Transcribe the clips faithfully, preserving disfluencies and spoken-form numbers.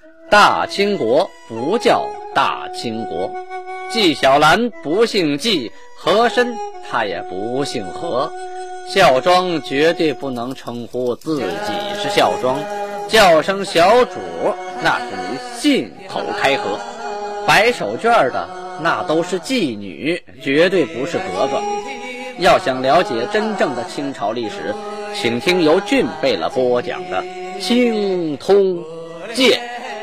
大清国不叫大清国，纪晓岚不姓纪，和珅他也不姓和。孝庄绝对不能称呼自己是孝庄，叫声小主那是你信口开河。摆手绢的那都是妓女，绝对不是格格。要想了解真正的清朝历史，请听由俊贝勒播讲的《清通鉴》。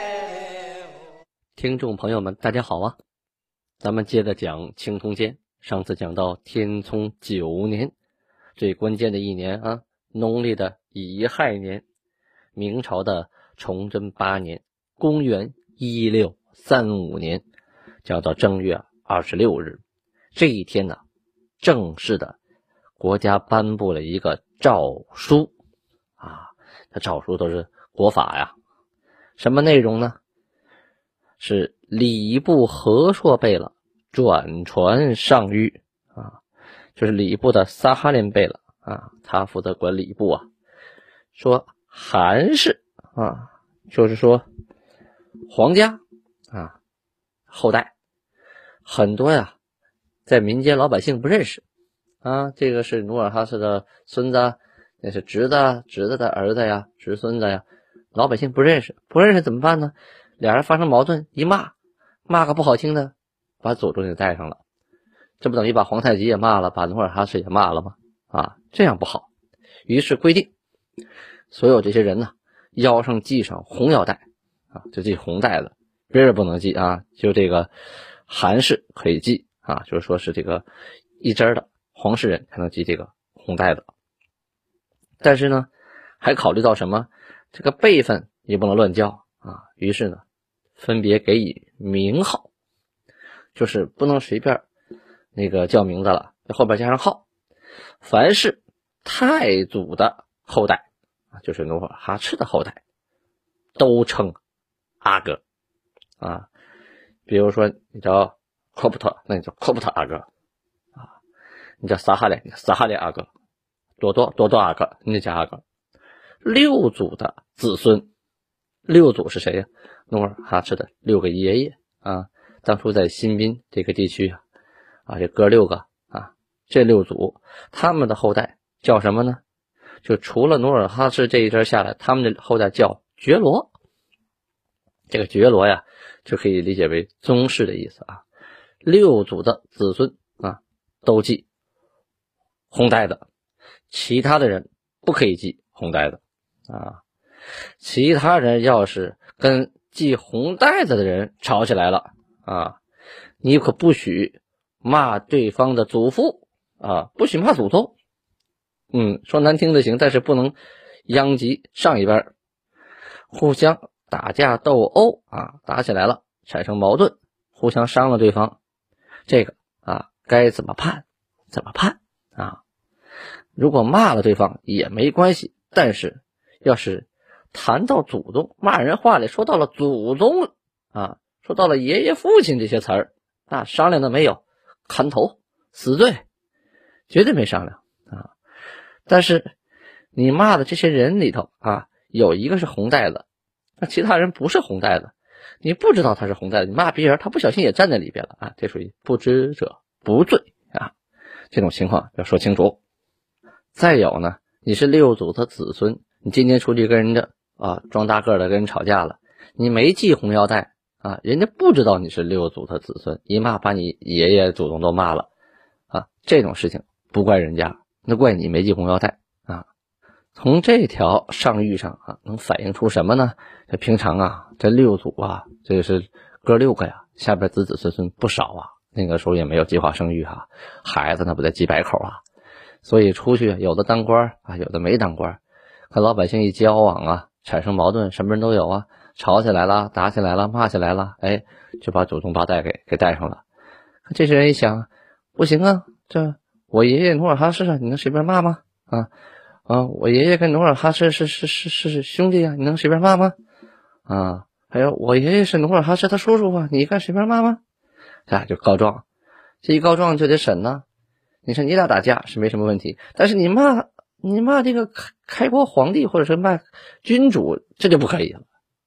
听众朋友们大家好啊，咱们接着讲《清通鉴》。上次讲到天聪九年，最关键的一年啊，农历的乙亥年，明朝的崇祯八年，公元一六三五年，叫到正月二十六日。这一天呢，正式的国家颁布了一个诏书啊，这诏书都是国法呀。什么内容呢？是礼部和硕贝勒转传上谕啊，就是礼部的萨哈林贝勒啊，他负责管礼部啊。说韩氏啊，就是说皇家啊后代很多呀，在民间老百姓不认识啊，这个是努尔哈赤的孙子，那是侄子侄子的儿子呀，侄孙子呀，老百姓不认识，不认识怎么办呢？俩人发生矛盾，一骂骂个不好听的，把祖宗给带上了，这不等于把皇太极也骂了，把努尔哈赤也骂了吗？啊，这样不好。于是规定所有这些人呢，腰上系上红腰带啊，就系红带子，别人不能系啊，就这个韩氏可以系啊，就是说是这个一支的皇室人才能系这个红带子。但是呢，还考虑到什么？这个辈分也不能乱叫啊，于是呢，分别给予名号，就是不能随便那个叫名字了，在后边加上号。凡是太祖的后代啊，就是努尔哈赤的后代，都称阿哥啊。比如说你叫科普特，那你叫科普特阿哥啊；你叫撒哈连，你叫撒哈连阿哥；多多多多阿哥，你就叫阿哥。六祖的子孙，六祖是谁呀？努尔哈赤的六个爷爷啊，当初在新宾这个地区啊，啊，这哥六个啊，这六祖他们的后代叫什么呢？就除了努尔哈赤这一支下来，他们的后代叫觉罗。这个觉罗呀，就可以理解为宗室的意思啊。六祖的子孙啊，都系红带的，其他的人不可以系红带的啊。其他人要是跟系红带子的人吵起来了啊，你可不许骂对方的祖父啊，不许骂祖宗。嗯，说难听的行，但是不能殃及上一辈。互相打架斗殴啊，打起来了，产生矛盾，互相伤了对方，这个啊该怎么判怎么判啊。如果骂了对方也没关系，但是要是谈到祖宗，骂人话里说到了祖宗啊，说到了爷爷父亲这些词儿，那商量的没有，砍头死罪，绝对没商量啊。但是你骂的这些人里头啊，有一个是红带子，那其他人不是红带子，你不知道他是红带子，你骂别人，他不小心也站在里边了啊，这属于不知者不罪啊，这种情况要说清楚。再有呢，你是六祖的子孙，你今天出去跟人家啊装大个的跟人吵架了，你没系红腰带啊，人家不知道你是六祖的子孙，一骂把你爷爷祖宗都骂了啊，这种事情不怪人家，那怪你没系红腰带啊。从这条上谕上啊，能反映出什么呢？这平常啊，这六祖啊，这是哥六个呀，下边子子孙孙不少啊。那个时候也没有计划生育啊，孩子那不得几百口啊。所以出去有的当官啊，有的没当官，和老百姓一交往啊，产生矛盾，什么人都有啊，吵起来了，打起来了，骂起来了，哎，就把祖宗八代给给带上了。这些人一想，不行啊，这我爷爷努尔哈赤啊，你能随便骂吗？啊啊，我爷爷跟努尔哈赤是是是是是兄弟啊，你能随便骂吗？啊，还有我爷爷是努尔哈赤他叔叔啊，你敢随便骂吗？啊，就告状，这一告状就得审呢。你说你俩打架是没什么问题，但是你骂你骂这个开开国皇帝或者是骂君主，这就不可以了。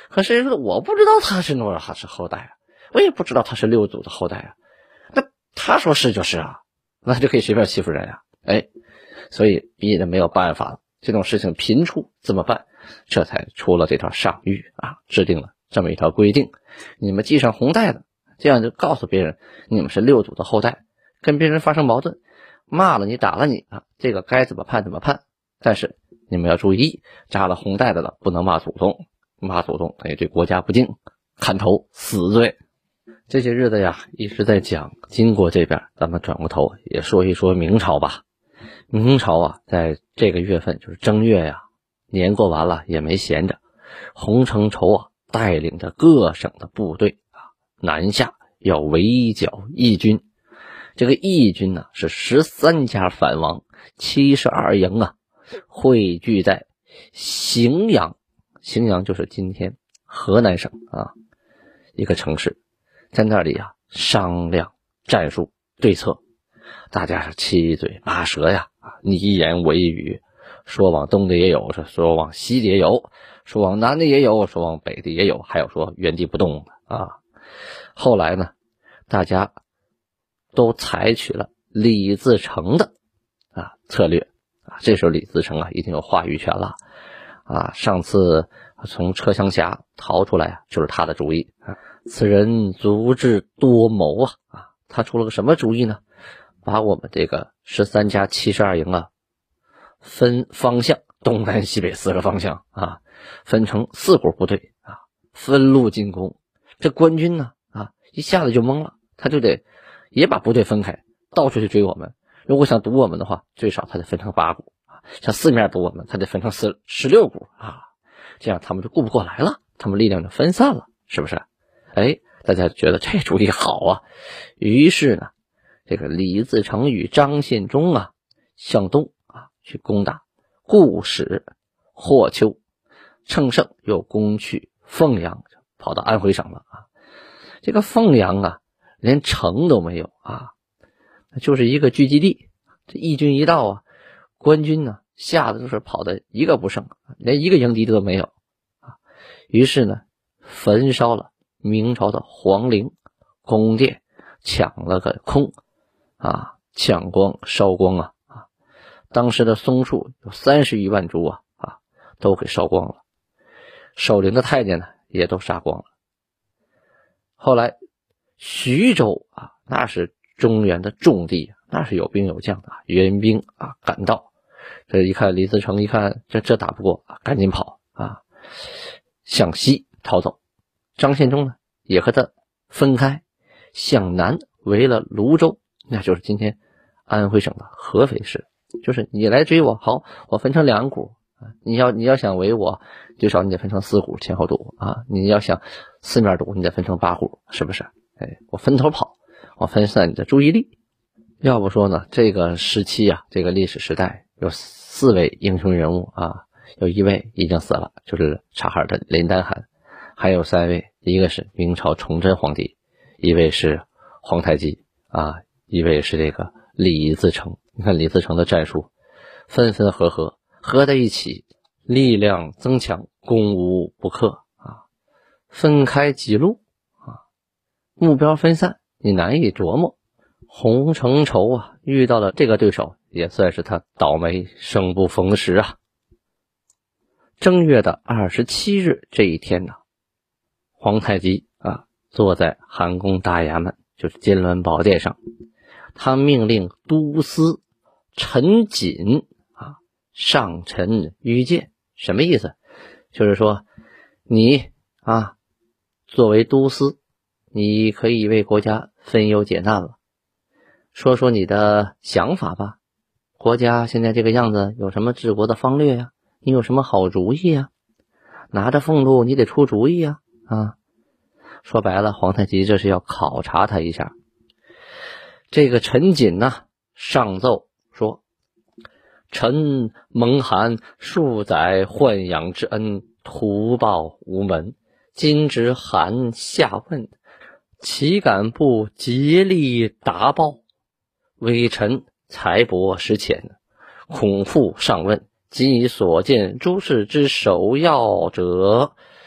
可谁说我不知道他是努尔哈赤后代啊，我也不知道他是六祖的后代啊，那他说是就是啊，那就可以随便欺负人啊。哎，所以逼得没有办法了，这种事情频出怎么办？这才出了这条上谕啊，制定了这么一条规定，你们系上红带的，这样就告诉别人你们是六祖的后代，跟别人发生矛盾，骂了你打了你啊，这个该怎么判怎么判。但是你们要注意，扎了红带的了不能骂祖宗，骂祖宗等于对国家不敬，砍头死罪。这些日子呀一直在讲金国这边，咱们转过头也说一说明朝吧。明朝啊在这个月份就是正月呀，年过完了也没闲着，洪承畴啊带领着各省的部队啊南下要围剿义军。这个义军呢是十三家反王，七十二营啊汇聚在荥阳，荥阳就是今天河南省啊一个城市，在那里啊商量战术对策。大家是七嘴八舌呀，你言我语，说往东的也有，说往西的也有，说往南的也有，说往北的也有，还有说原地不动的啊。后来呢，大家都采取了李自成的啊策略啊。这时候李自成啊已经有话语权了啊。上次从车厢峡逃出来啊，就是他的主意啊。此人足智多谋啊啊，他出了个什么主意呢？把我们这个十三加七十二营啊分方向，东南西北四个方向啊，分成四股部队啊，分路进攻。这官军呢啊一下子就懵了，他就得也把部队分开，到处去追我们。如果想堵我们的话，最少他得分成八股啊，像四面堵我们，他得分成四十六股啊，这样他们就顾不过来了，他们力量就分散了，是不是？哎，大家觉得这主意好啊，于是呢这个李自成与张献忠啊向东啊去攻打固始、霍丘，乘胜又攻去凤阳，跑到安徽省了啊。这个凤阳啊连城都没有啊，就是一个聚集地。这义军一到啊，官军呢吓得就是跑的一个不剩，连一个营敌都没有啊。于是呢焚烧了明朝的皇陵宫殿，抢了个空啊，抢光烧光啊啊！当时的松树有三十余万株啊啊，都给烧光了。守陵的太监呢也都杀光了。后来徐州啊，那是中原的重地，那是有兵有将的，援兵啊赶到。这一看李自成，一看这这打不过啊，赶紧跑啊，向西逃走。张献忠呢也和他分开，向南围了泸州，那就是今天安徽省的合肥市。就是你来追我，好，我分成两股啊，你要你要想围我，最少你得分成四股前后堵啊，你要想四面堵，你得分成八股，是不是？哎，我分头跑，我分散你的注意力。要不说呢，这个时期啊，这个历史时代有四位英雄人物啊，有一位已经死了，就是察哈尔的林丹汗，还有三位，一个是明朝崇祯皇帝，一位是皇太极啊，一位是这个李自成。你看李自成的战术，分分合合，合在一起，力量增强，攻无不克啊。分开几路啊，目标分散，你难以琢磨。洪承畴啊，遇到了这个对手，也算是他倒霉生不逢时啊。正月的二十七日这一天呢，皇太极啊坐在寒宫大衙门，就是金銮宝殿上，他命令都司陈瑾啊上陈御见。什么意思？就是说你啊作为都司，你可以为国家分忧解难了，说说你的想法吧。国家现在这个样子，有什么治国的方略呀？你有什么好主意呀？拿着俸禄你得出主意呀啊！说白了，皇太极这是要考察他一下。这个陈瑾呢上奏说，臣蒙函数载豢养之恩，图报无门，今之函下问，岂敢不竭力答报？微臣才薄识浅，恐复上问，今以所见诸事之首要者，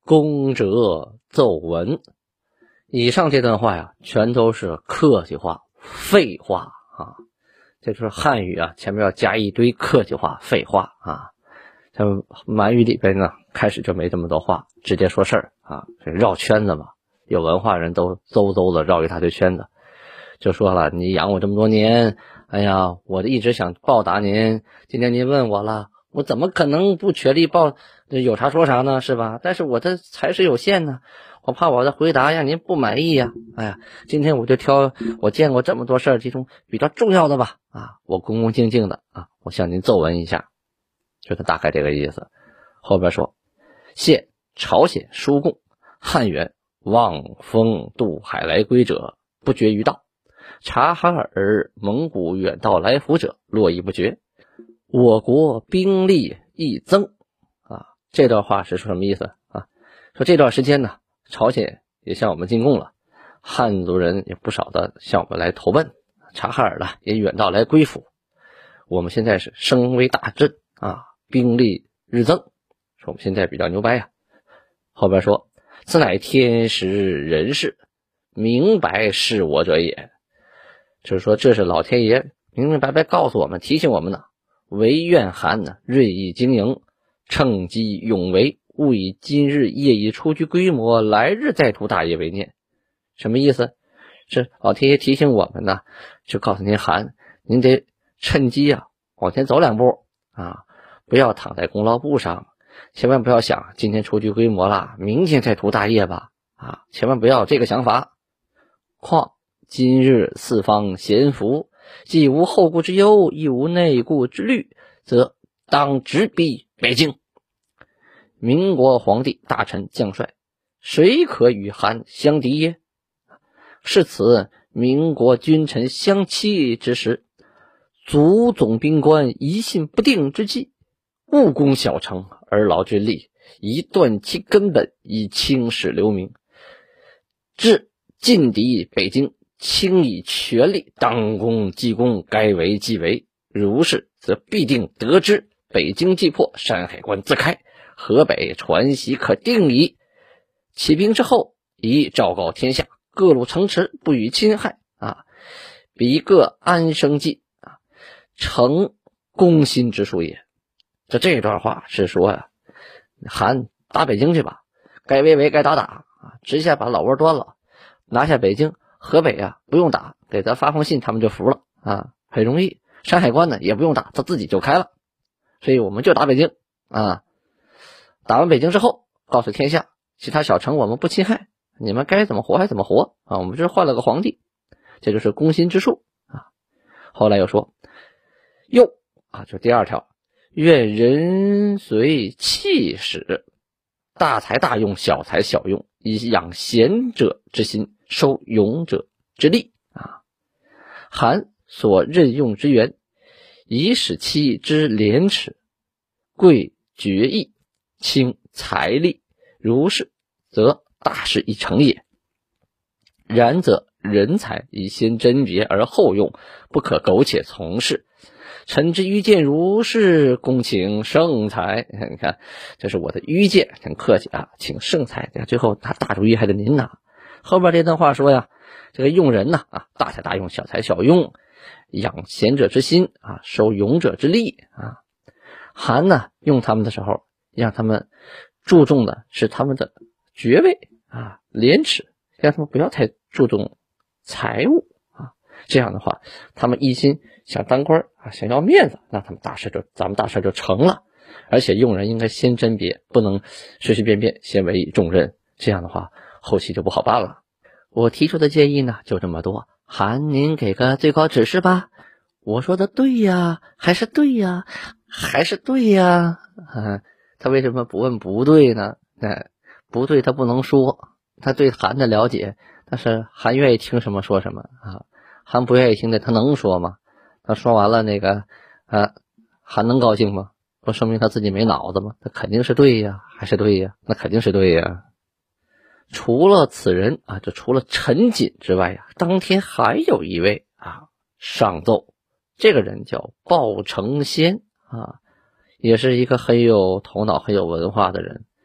恭者奏闻。以上这段话呀，全都是客气话、废话啊。这就是汉语啊，前面要加一堆客气话、废话啊。像满语里边呢，开始就没这么多话，直接说事儿啊，绕圈子嘛。有文化人都嗖嗖的绕一大堆圈子，就说了，你养我这么多年，哎呀，我一直想报答您，今天您问我了，我怎么可能不全力报，有啥说啥呢，是吧？但是我的才识有限呢，我怕我的回答让您不满意呀。哎呀，今天我就挑我见过这么多事儿其中比较重要的吧，啊，我恭恭敬敬的啊，我向您奏闻一下，就是大概这个意思。后边说，现朝鲜书贡，汉元望风渡海来归者不绝于道，察哈尔蒙古远道来福者络绎不绝，我国兵力亦增。啊，这段话是说什么意思啊？说这段时间呢，朝鲜也向我们进贡了，汉族人也不少的向我们来投奔，察哈尔呢也远道来归附，我们现在是声威大振啊，兵力日增，说我们现在比较牛掰呀。后边说，此乃天时人事，明白是我者也。就是说这是老天爷明明白白告诉我们，提醒我们呢，惟愿韩呢锐意经营，趁机勇为，勿以今日业已出具规模，来日再图大业为念。什么意思？是老天爷提醒我们呢，就告诉您韩，您得趁机啊往前走两步啊，不要躺在功劳簿上，千万不要想今天出具规模了，明天再图大业吧啊，千万不要这个想法。况今日四方咸服，既无后顾之忧，亦无内顾之虑，则当直逼北京。民国皇帝大臣将帅，谁可与韩相敌耶？是此民国君臣相欺之时，卒总兵官疑信不定之际，勿攻小城而劳军力，以断其根本，以青史留名。至进敌北京，轻以全力当攻即攻，该为即为。如是，则必定得知北京既破，山海关自开，河北传习可定矣。起兵之后，宜昭告天下，各路城池不予侵害啊，彼各安生计啊，成攻心之术也。这这段话是说呀、啊，韩打北京去吧，该围围该打打啊，直下把老窝端了，拿下北京，河北啊不用打，给咱发封信他们就服了啊，很容易。山海关呢也不用打，他自己就开了，所以我们就打北京啊。打完北京之后，告诉天下，其他小城我们不侵害，你们该怎么活还怎么活啊，我们这是换了个皇帝，这就是攻心之术啊。后来又说，又啊，就第二条，愿人随气使，大才大用，小才小用，以养贤者之心，收勇者之力啊。韩所任用之员，以使其之廉耻，贵决议，轻财力，如是，则大事已成也。然则人才以先甄别而后用，不可苟且从事。臣之愚见如是，恭请圣裁。你看，这是我的愚见，很客气啊，请圣裁。最后他大主意还得您拿。后边这段话说呀，这个用人呢啊，大才大用，小才小用，养贤者之心啊，收勇者之力啊。韩呢用他们的时候，让他们注重的是他们的爵位啊，廉耻，让他们不要太注重财务啊。这样的话，他们一心想当官啊，想要面子，那他们大事就咱们大事就成了。而且用人应该先甄别，不能随随便便先委以重任，这样的话后期就不好办了。我提出的建议呢就这么多，韩您给个最高指示吧。我说的对呀，还是对呀，还是对呀。啊，他为什么不问不对呢？哎，不对他不能说，他对韩的了解，但是韩愿意听什么说什么啊。韩不愿意听的他能说吗？他说完了那个啊，韩能高兴吗？不说明他自己没脑子吗？他肯定是对呀，还是对呀？那肯定是对呀。除了此人啊，就除了陈瑾之外呀，当天还有一位啊上奏，这个人叫鲍承先啊，也是一个很有头脑很有文化的人。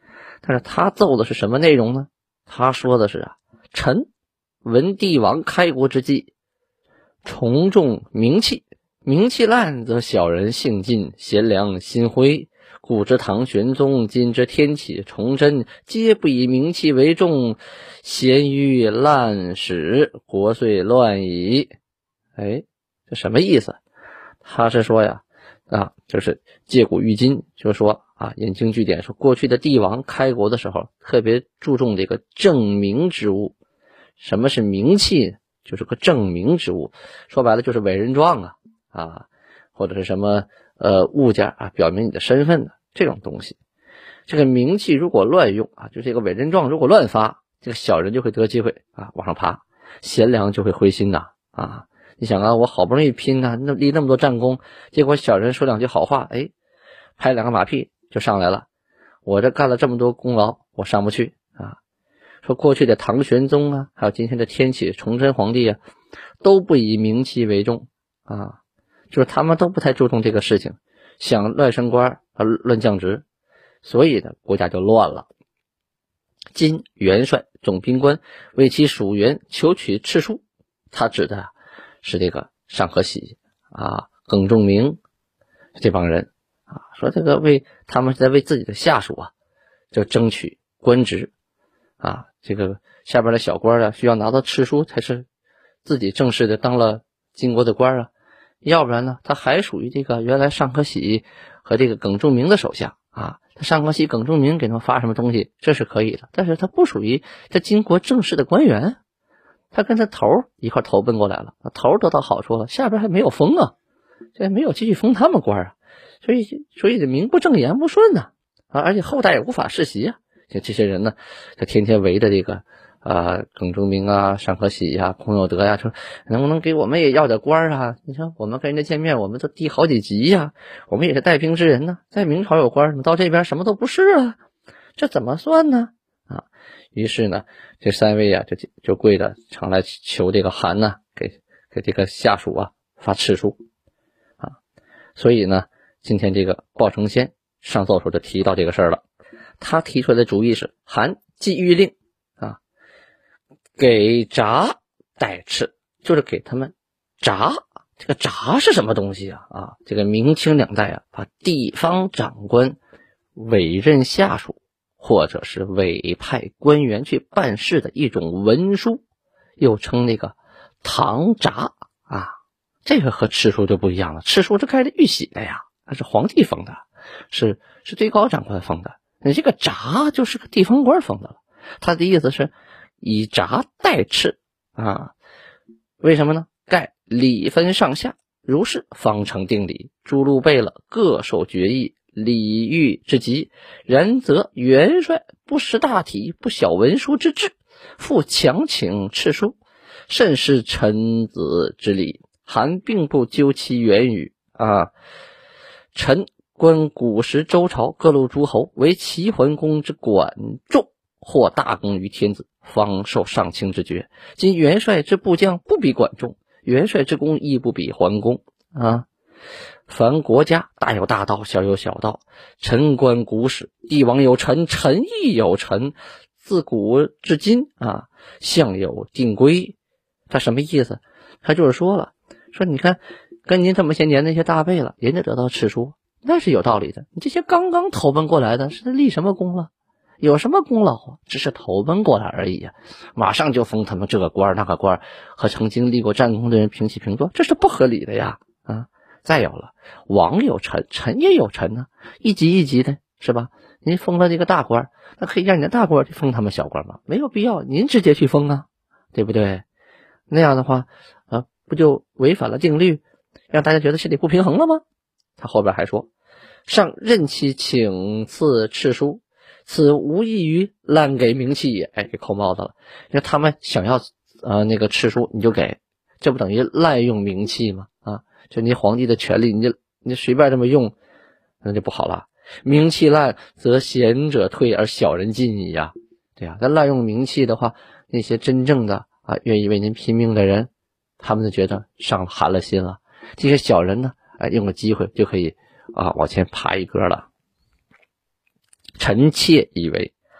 但是他奏的是什么内容呢？他说的是啊，臣闻帝王开国之际，崇重名器，名器烂则小人性尽，贤良心灰。古之唐玄宗，今之天启、崇祯，皆不以名器为重，咸于滥史，国遂乱矣。哎，这什么意思？他是说呀，啊，就是借古喻今，就是说啊，引经据典，说过去的帝王开国的时候，特别注重这个正名之物。什么是名器？就是个正名之物，说白了就是伟人状啊，啊，或者是什么呃物件啊，表明你的身份的这种东西。这个名器如果乱用啊，就这个伟人状如果乱发，这个小人就会得机会啊往上爬，贤良就会灰心呐啊。你想啊，我好不容易拼呐、啊，那立那么多战功，结果小人说两句好话，哎，拍两个马屁就上来了。我这干了这么多功劳，我上不去啊。说过去的唐玄宗啊，还有今天的天启、崇祯皇帝啊，都不以名气为重啊，就是他们都不太注重这个事情，想乱升官啊，乱降职，所以呢，国家就乱了。今元帅总兵官为其属员求取敕书，他指的是这个尚可喜啊、耿仲明这帮人啊，说这个为他们在为自己的下属啊，就争取官职啊，这个下边的小官啊，需要拿到敕书才是自己正式的当了金国的官啊，要不然呢，他还属于这个原来尚可喜和这个耿仲明的手下啊。他尚可喜、耿仲明给他们发什么东西，这是可以的，但是他不属于这金国正式的官员，他跟他头一块投奔过来了，头得到好处了，下边还没有封啊，这没有继续封他们官啊，所以所以这名不正言不顺呐 啊, 啊，而且后代也无法世袭啊。像这些人呢，他天天围着这个啊，耿仲明啊、尚可喜呀、孔有德呀，说能不能给我们也要点官啊？你看我们跟人家见面，我们都低好几级呀，我们也是带兵之人呢，在明朝有官，怎么到这边什么都不是啊？这怎么算呢？啊，于是呢，这三位啊，就就跪着常来求这个韩呢，给给这个下属啊发敕书啊。所以呢，今天这个鲍承先上奏时候就提到这个事儿了。他提出来的主意是韩既谕令啊，给札代敕，就是给他们札。这个札是什么东西啊？啊，这个明清两代啊，把地方长官委任下属或者是委派官员去办事的一种文书，又称那个唐札啊。这个和敕书就不一样了，敕书是盖着玉玺的呀，那是皇帝封的，是是最高长官封的。你这个札就是个地方官封的了，他的意思是以札代敕啊，为什么呢？盖礼分上下，如是方成定理。诸路备了，各受决议，礼遇之极。然则元帅不识大体，不晓文书之志，复强请敕书，甚是臣子之礼。韩并不究其源于啊，臣观古时周朝各路诸侯为齐桓公之管仲，获大功于天子，方受上卿之爵。今元帅之部将不比管仲，元帅之功亦不比桓公啊。凡国家大有大道，小有小道。臣观古史，帝王有臣，臣亦有臣，自古至今啊，相有定规。他什么意思？他就是说了，说你看跟您这么些年那些大辈了，人家得到敕书，那是有道理的。你这些刚刚投奔过来的，是立什么功了？有什么功劳啊？只是投奔过来而已啊，马上就封他们这个官那个官，和曾经立过战功的人平起平坐，这是不合理的呀！啊，再有了，王有臣，臣也有臣呢、啊，一级一级的，是吧？您封了这个大官，那可以让你的大官去封他们小官吗？没有必要，您直接去封啊，对不对？那样的话，啊，不就违反了定律，让大家觉得心里不平衡了吗？他后边还说，上任其请赐敕书，此无异于滥给名器也。哎，给扣帽子了，因为他们想要呃那个敕书你就给，这不等于滥用名器吗？啊，就你皇帝的权力，你就你随便这么用，那就不好了。名器滥，则贤者退而小人进矣呀。对呀，那滥用名器的话，那些真正的啊愿意为您拼命的人，他们就觉得上寒了心了。这些小人呢，哎，用个机会就可以啊往前爬一格了。臣妾以为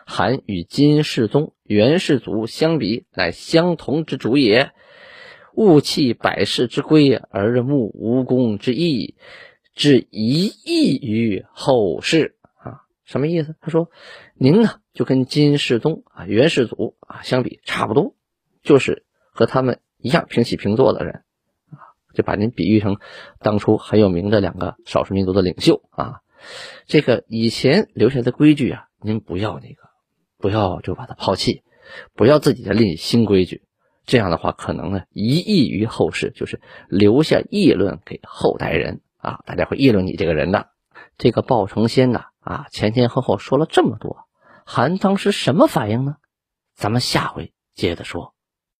韩与金世宗、元世祖相比，乃相同之主也。勿弃百世之规，而慕无功之义，至一义于后世。啊，什么意思？他说，您呢就跟金世宗啊、元世祖啊相比差不多，就是和他们一样平起平坐的人啊，就把您比喻成当初很有名的两个少数民族的领袖啊。这个以前留下的规矩啊，您不要那个，不要就把它抛弃，不要自己再立新规矩。这样的话，可能呢一益于后世，就是留下议论给后代人啊，大家会议论你这个人的。这个鲍承先呢啊，前前后后说了这么多，韩当时什么反应呢？咱们下回接着说。